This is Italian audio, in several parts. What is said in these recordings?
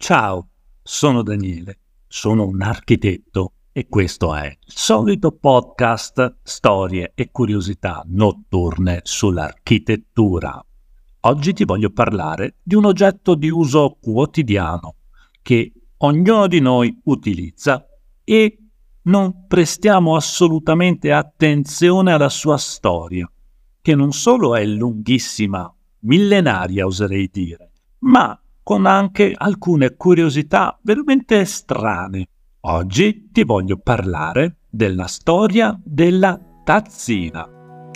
Ciao, sono Daniele, sono un architetto e questo è il solito podcast Storie e curiosità notturne sull'architettura. Oggi ti voglio parlare di un oggetto di uso quotidiano che ognuno di noi utilizza e non prestiamo assolutamente attenzione alla sua storia, che non solo è lunghissima, millenaria oserei dire, ma con anche alcune curiosità veramente strane. Oggi ti voglio parlare della storia della tazzina.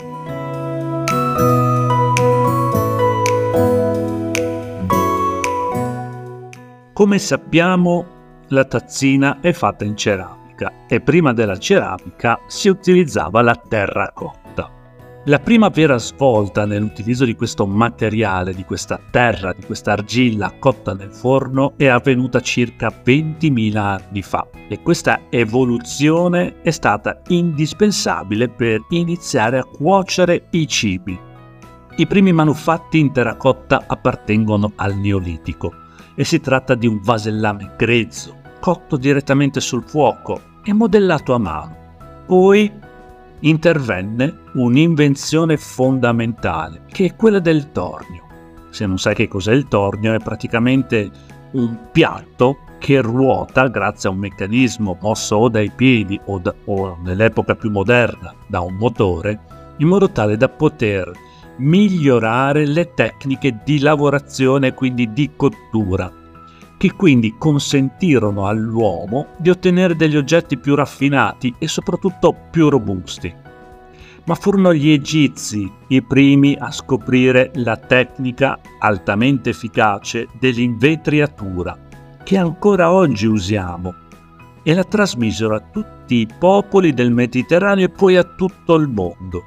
Come sappiamo, la tazzina è fatta in ceramica e prima della ceramica si utilizzava la terracotta. La prima vera svolta nell'utilizzo di questo materiale, di questa terra, di questa argilla cotta nel forno è avvenuta circa 20.000 anni fa e questa evoluzione è stata indispensabile per iniziare a cuocere i cibi. I primi manufatti in terracotta appartengono al Neolitico e si tratta di un vasellame grezzo, cotto direttamente sul fuoco e modellato a mano. Poi intervenne un'invenzione fondamentale, che è quella del tornio. Se non sai che cos'è il tornio, è praticamente un piatto che ruota grazie a un meccanismo mosso o dai piedi o nell'epoca più moderna da un motore, in modo tale da poter migliorare le tecniche di lavorazione e quindi di cottura, che quindi consentirono all'uomo di ottenere degli oggetti più raffinati e soprattutto più robusti. Ma furono gli egizi i primi a scoprire la tecnica altamente efficace dell'invetriatura, che ancora oggi usiamo, e la trasmisero a tutti i popoli del Mediterraneo e poi a tutto il mondo.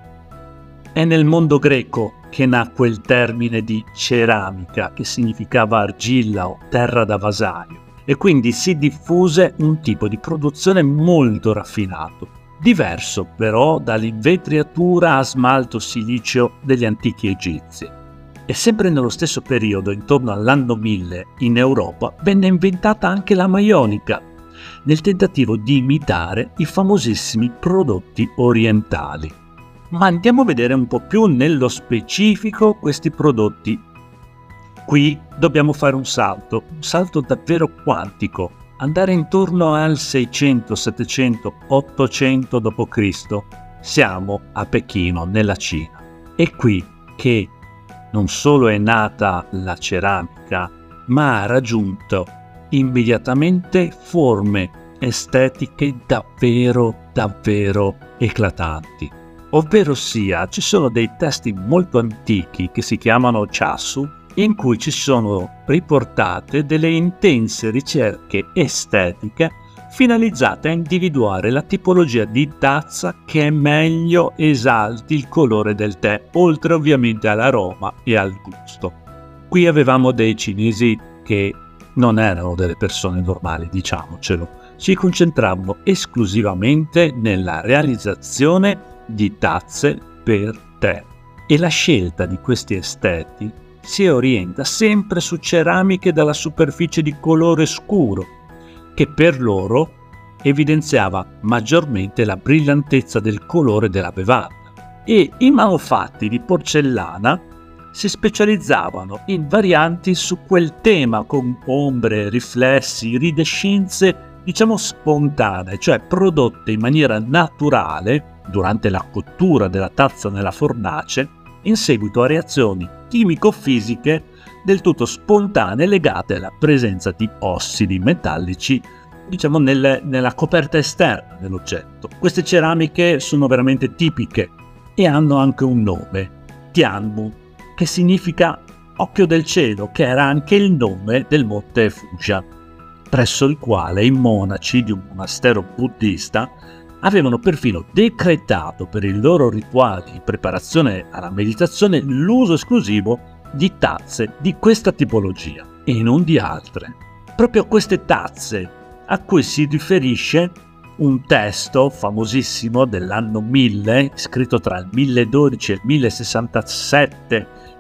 È nel mondo greco che nacque il termine di ceramica, che significava argilla o terra da vasaio, e quindi si diffuse un tipo di produzione molto raffinato, diverso però dall'invetriatura a smalto siliceo degli antichi egizi. E sempre nello stesso periodo, intorno all'anno 1000, in Europa venne inventata anche la maionica, nel tentativo di imitare i famosissimi prodotti orientali. Ma andiamo a vedere un po' più nello specifico questi prodotti. Qui dobbiamo fare un salto davvero quantico, andare intorno al 600, 700, 800 d.C. Siamo a Pechino, nella Cina. È qui che non solo è nata la ceramica, ma ha raggiunto immediatamente forme estetiche davvero eclatanti. Ovvero sia, ci sono dei testi molto antichi che si chiamano Chasu, in cui ci sono riportate delle intense ricerche estetiche finalizzate a individuare la tipologia di tazza che meglio esalti il colore del tè, oltre ovviamente all'aroma e al gusto. Qui avevamo dei cinesi che non erano delle persone normali, diciamocelo, si concentravano esclusivamente nella realizzazione di tazze per tè e la scelta di questi esteti si orienta sempre su ceramiche dalla superficie di colore scuro, che per loro evidenziava maggiormente la brillantezza del colore della bevanda, e i manufatti di porcellana si specializzavano in varianti su quel tema con ombre, riflessi, iridescenze diciamo spontanee, cioè prodotte in maniera naturale durante la cottura della tazza nella fornace in seguito a reazioni chimico-fisiche del tutto spontanee legate alla presenza di ossidi metallici, diciamo nella coperta esterna dell'oggetto. Queste ceramiche sono veramente tipiche e hanno anche un nome, Tianmu, che significa occhio del cielo, che era anche il nome del monte Fujian, presso il quale i monaci di un monastero buddista avevano perfino decretato per i loro rituali in preparazione alla meditazione l'uso esclusivo di tazze di questa tipologia e non di altre. Proprio queste tazze a cui si riferisce un testo famosissimo dell'anno 1000, scritto tra il 1012 e il 1067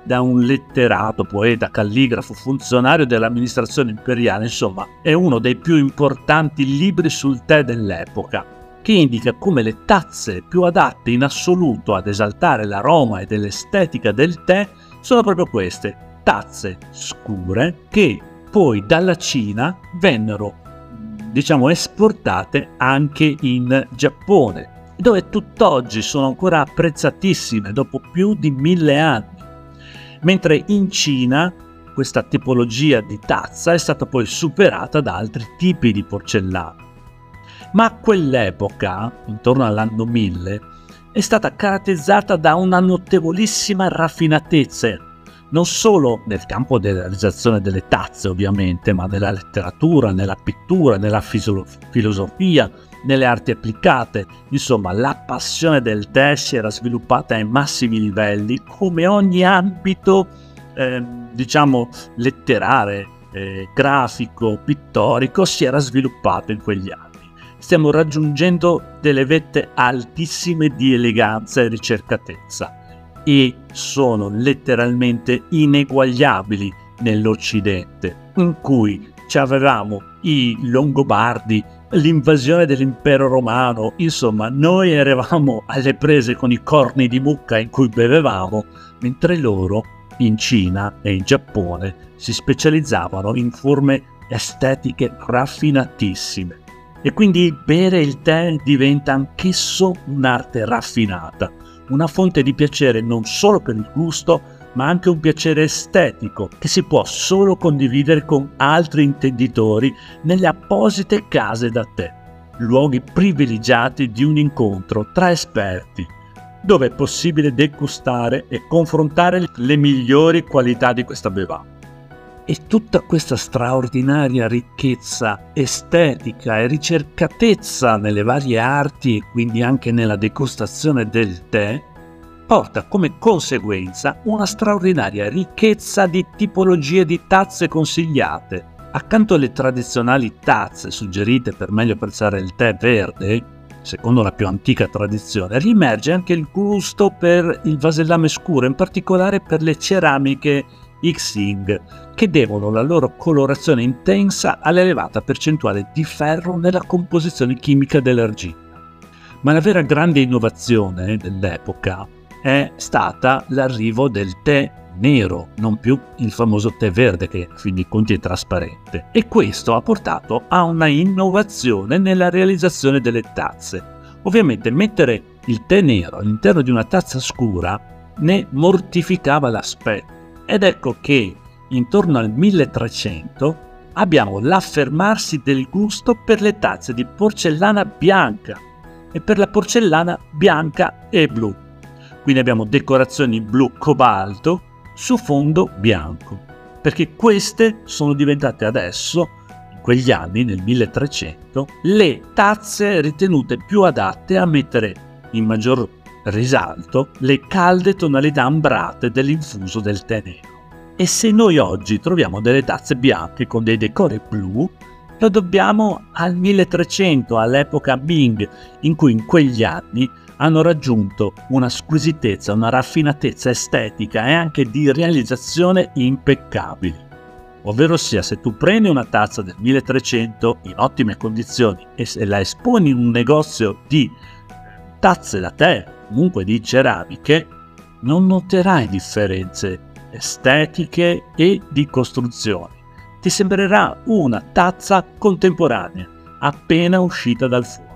da un letterato, poeta, calligrafo, funzionario dell'amministrazione imperiale, insomma, è uno dei più importanti libri sul tè dell'epoca, che indica come le tazze più adatte in assoluto ad esaltare l'aroma e dell'estetica del tè sono proprio queste, tazze scure che poi dalla Cina vennero, esportate anche in Giappone, dove tutt'oggi sono ancora apprezzatissime dopo più di 1000 anni. Mentre in Cina questa tipologia di tazza è stata poi superata da altri tipi di porcellana. Ma a quell'epoca, intorno all'anno 1000, è stata caratterizzata da una notevolissima raffinatezza, non solo nel campo della realizzazione delle tazze ovviamente, ma nella letteratura, nella pittura, nella filosofia, nelle arti applicate. Insomma, la passione del tè si era sviluppata ai massimi livelli, come ogni ambito, letterario, grafico, pittorico si era sviluppato in quegli anni. Stiamo raggiungendo delle vette altissime di eleganza e ricercatezza e sono letteralmente ineguagliabili nell'Occidente, in cui avevamo i Longobardi, l'invasione dell'impero romano, insomma noi eravamo alle prese con i corni di mucca in cui bevevamo, mentre loro in Cina e in Giappone si specializzavano in forme estetiche raffinatissime. E quindi bere il tè diventa anch'esso un'arte raffinata, una fonte di piacere non solo per il gusto, ma anche un piacere estetico che si può solo condividere con altri intenditori nelle apposite case da tè, luoghi privilegiati di un incontro tra esperti, dove è possibile degustare e confrontare le migliori qualità di questa bevanda. E tutta questa straordinaria ricchezza estetica e ricercatezza nelle varie arti e quindi anche nella degustazione del tè porta come conseguenza una straordinaria ricchezza di tipologie di tazze consigliate. Accanto alle tradizionali tazze suggerite per meglio apprezzare il tè verde, secondo la più antica tradizione, riemerge anche il gusto per il vasellame scuro, in particolare per le ceramiche Xing, che devono la loro colorazione intensa all'elevata percentuale di ferro nella composizione chimica dell'argilla. Ma la vera grande innovazione dell'epoca è stata l'arrivo del tè nero, non più il famoso tè verde che a fin dei conti è trasparente. E questo ha portato a una innovazione nella realizzazione delle tazze. Ovviamente mettere il tè nero all'interno di una tazza scura ne mortificava l'aspetto. Ed ecco che intorno al 1300 abbiamo l'affermarsi del gusto per le tazze di porcellana bianca e per la porcellana bianca e blu. Quindi abbiamo decorazioni blu cobalto su fondo bianco, perché queste sono diventate adesso, in quegli anni, nel 1300, le tazze ritenute più adatte a mettere in maggior risalto le calde tonalità ambrate dell'infuso del tè nero. E se noi oggi troviamo delle tazze bianche con dei decori blu, lo dobbiamo al 1300, all'epoca Ming, in cui in quegli anni hanno raggiunto una squisitezza, una raffinatezza estetica e anche di realizzazione impeccabili. Ovvero sia, se tu prendi una tazza del 1300 in ottime condizioni e se la esponi in un negozio di tazze da tè, comunque di ceramiche, non noterai differenze estetiche e di costruzione. Ti sembrerà una tazza contemporanea, appena uscita dal forno.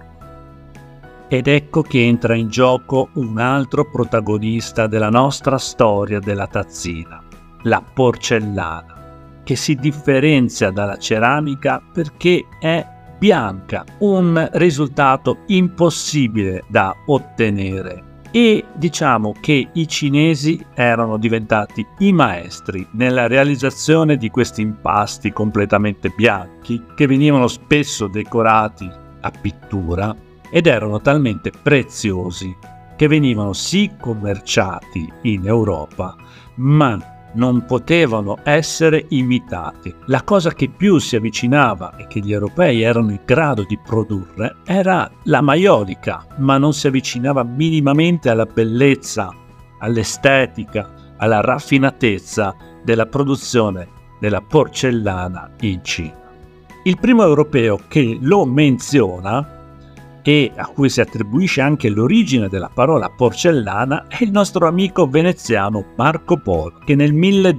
Ed ecco che entra in gioco un altro protagonista della nostra storia della tazzina, la porcellana, che si differenzia dalla ceramica perché è bianca, un risultato impossibile da ottenere. E diciamo che i cinesi erano diventati i maestri nella realizzazione di questi impasti completamente bianchi che venivano spesso decorati a pittura ed erano talmente preziosi che venivano sì commerciati in Europa, ma non potevano essere imitati. La cosa che più si avvicinava e che gli europei erano in grado di produrre era la maiolica, ma non si avvicinava minimamente alla bellezza, all'estetica, alla raffinatezza della produzione della porcellana in Cina. Il primo europeo che lo menziona e a cui si attribuisce anche l'origine della parola porcellana è il nostro amico veneziano Marco Polo, che nel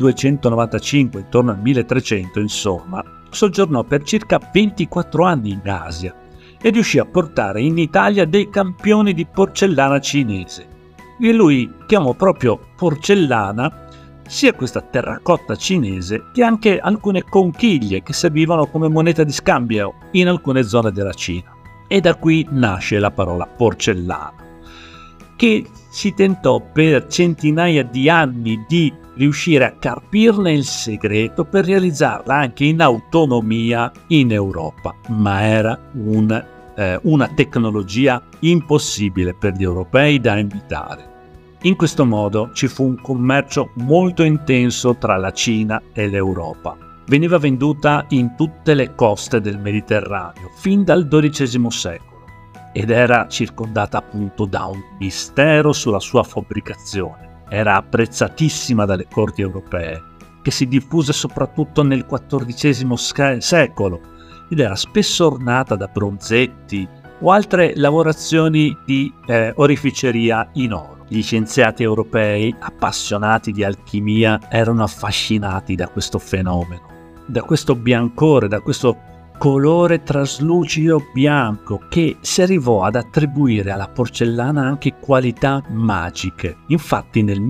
1295, intorno al 1300 insomma, soggiornò per circa 24 anni in Asia e riuscì a portare in Italia dei campioni di porcellana cinese. E lui chiamò proprio porcellana sia questa terracotta cinese che anche alcune conchiglie che servivano come moneta di scambio in alcune zone della Cina. E da qui nasce la parola porcellana, che si tentò per centinaia di anni di riuscire a carpirne il segreto per realizzarla anche in autonomia in Europa, ma era una tecnologia impossibile per gli europei da imitare. In questo modo ci fu un commercio molto intenso tra la Cina e l'Europa. Veniva venduta in tutte le coste del Mediterraneo fin dal XII secolo ed era circondata appunto da un mistero sulla sua fabbricazione. Era apprezzatissima dalle corti europee, che si diffuse soprattutto nel XIV secolo ed era spesso ornata da bronzetti o altre lavorazioni di oreficeria in oro. Gli scienziati europei, appassionati di alchimia, erano affascinati da questo fenomeno, da questo biancore, da questo colore traslucido bianco che si arrivò ad attribuire alla porcellana anche qualità magiche. Infatti nel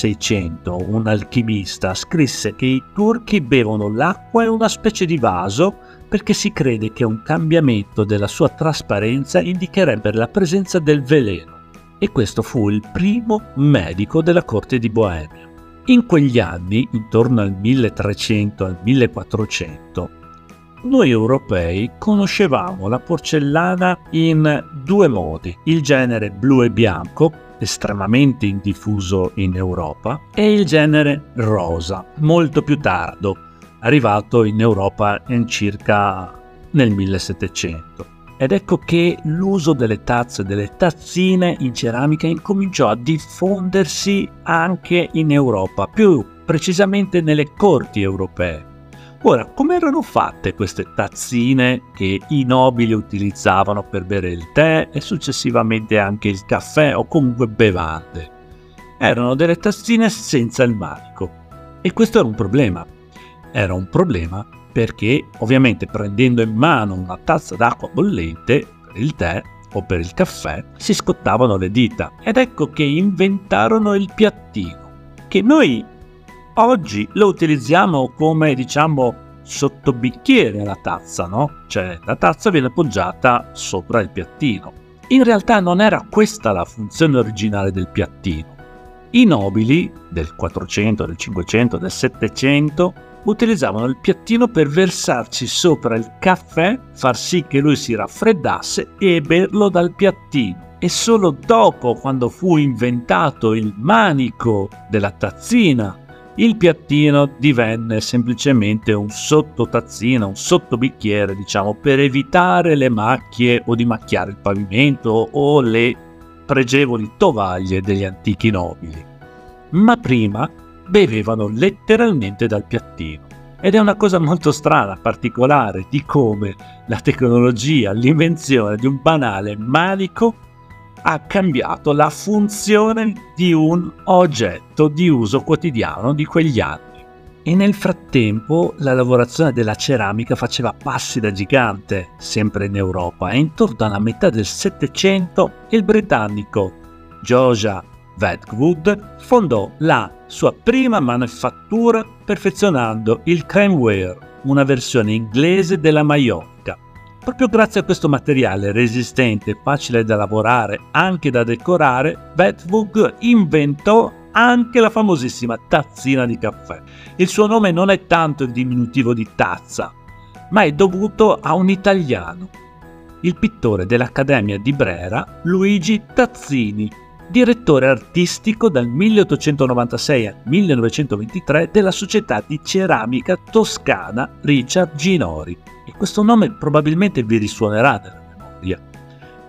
1600 un alchimista scrisse che i turchi bevono l'acqua in una specie di vaso perché si crede che un cambiamento della sua trasparenza indicherebbe la presenza del veleno. E questo fu il primo medico della corte di Boemia. In quegli anni, intorno al 1300 al 1400, noi europei conoscevamo la porcellana in due modi: il genere blu e bianco, estremamente diffuso in Europa, e il genere rosa, molto più tardo, arrivato in Europa in circa nel 1700. Ed ecco che l'uso delle tazze, delle tazzine in ceramica incominciò a diffondersi anche in Europa, più precisamente nelle corti europee. Ora, come erano fatte queste tazzine che i nobili utilizzavano per bere il tè e successivamente anche il caffè o comunque bevande? Erano delle tazzine senza il manico. E questo era un problema. Era un problema perché ovviamente prendendo in mano una tazza d'acqua bollente per il tè o per il caffè si scottavano le dita. Ed ecco che inventarono il piattino, che noi oggi lo utilizziamo come, diciamo, sottobicchiere alla tazza, no? Cioè la tazza viene appoggiata sopra il piattino. In realtà non era questa la funzione originale del piattino. I nobili del 400, del 500, del 700 utilizzavano il piattino per versarci sopra il caffè, far sì che lui si raffreddasse e berlo dal piattino. E solo dopo, quando fu inventato il manico della tazzina, il piattino divenne semplicemente un sottotazzina, un sottobicchiere, diciamo, per evitare le macchie o di macchiare il pavimento o le pregevoli tovaglie degli antichi nobili. Ma prima bevevano letteralmente dal piattino. Ed è una cosa molto strana, particolare, di come la tecnologia, l'invenzione di un banale manico ha cambiato la funzione di un oggetto di uso quotidiano di quegli anni. E nel frattempo la lavorazione della ceramica faceva passi da gigante, sempre in Europa, e intorno alla metà del Settecento il britannico Josiah Wedgwood fondò la sua prima manifattura perfezionando il craneware, una versione inglese della maionica. Proprio grazie a questo materiale resistente, facile da lavorare, anche da decorare, Wedgwood inventò anche la famosissima tazzina di caffè. Il suo nome non è tanto il diminutivo di tazza, ma è dovuto a un italiano, il pittore dell'Accademia di Brera, Luigi Tazzini, direttore artistico dal 1896 al 1923 della società di ceramica toscana Richard Ginori. E questo nome probabilmente vi risuonerà nella memoria.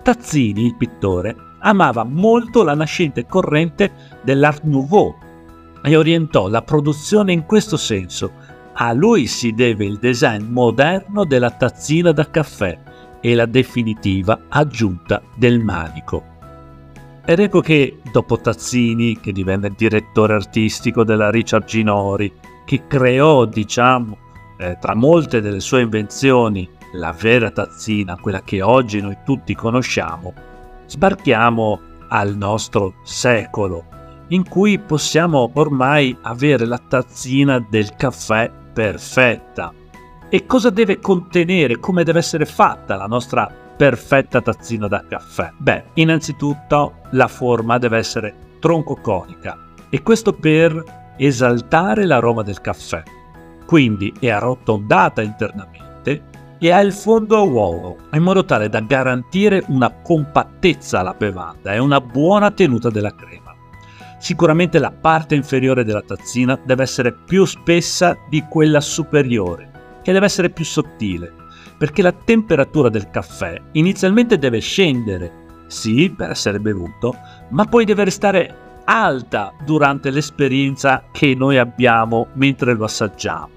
Tazzini, il pittore, amava molto la nascente corrente dell'Art Nouveau e orientò la produzione in questo senso. A lui si deve il design moderno della tazzina da caffè e la definitiva aggiunta del manico. Ed ecco che dopo Tazzini, che divenne direttore artistico della Richard Ginori, che creò, tra molte delle sue invenzioni, la vera tazzina, quella che oggi noi tutti conosciamo, sbarchiamo al nostro secolo, in cui possiamo ormai avere la tazzina del caffè perfetta. E cosa deve contenere, come deve essere fatta la nostra perfetta tazzina da caffè? Beh, innanzitutto la forma deve essere troncoconica, e questo per esaltare l'aroma del caffè. Quindi è arrotondata internamente e ha il fondo a uovo, in modo tale da garantire una compattezza alla bevanda e una buona tenuta della crema. Sicuramente la parte inferiore della tazzina deve essere più spessa di quella superiore e deve essere più sottile, perché la temperatura del caffè inizialmente deve scendere, sì, per essere bevuto, ma poi deve restare alta durante l'esperienza che noi abbiamo mentre lo assaggiamo.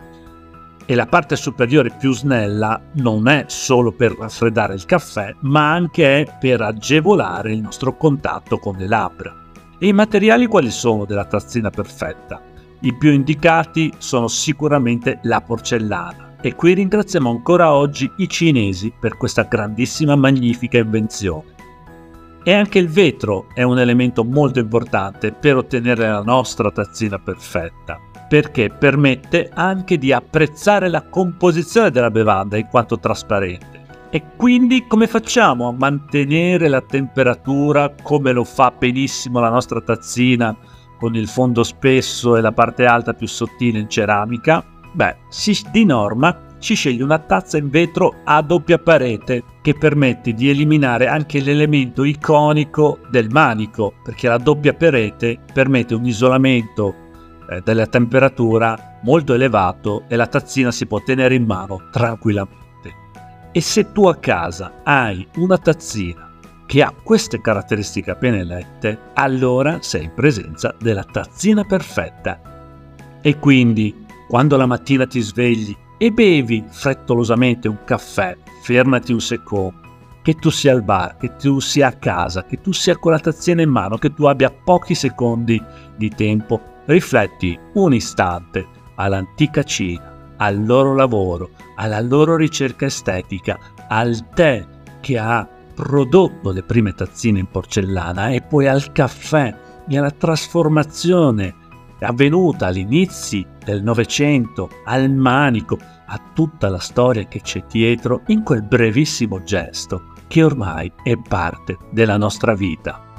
E la parte superiore più snella non è solo per raffreddare il caffè, ma anche per agevolare il nostro contatto con le labbra. E i materiali quali sono della tazzina perfetta? I più indicati sono sicuramente la porcellana, e qui ringraziamo ancora oggi i cinesi per questa grandissima, magnifica invenzione. E anche il vetro è un elemento molto importante per ottenere la nostra tazzina perfetta, perché permette anche di apprezzare la composizione della bevanda in quanto trasparente. E quindi come facciamo a mantenere la temperatura come lo fa benissimo la nostra tazzina, con il fondo spesso e la parte alta più sottile in ceramica? Beh, di norma ci sceglie una tazza in vetro a doppia parete che permette di eliminare anche l'elemento iconico del manico, perché la doppia parete permette un isolamento della temperatura molto elevato e la tazzina si può tenere in mano tranquillamente. E se tu a casa hai una tazzina che ha queste caratteristiche appena lette, allora sei in presenza della tazzina perfetta. E quindi, quando la mattina ti svegli e bevi frettolosamente un caffè, fermati un secondo, che tu sia al bar, che tu sia a casa, che tu sia con la tazzina in mano, che tu abbia pochi secondi di tempo, rifletti un istante all'antica Cina, al loro lavoro, alla loro ricerca estetica, al tè che ha prodotto le prime tazzine in porcellana e poi al caffè e alla trasformazione avvenuta agli inizi del Novecento, al manico, a tutta la storia che c'è dietro in quel brevissimo gesto che ormai è parte della nostra vita.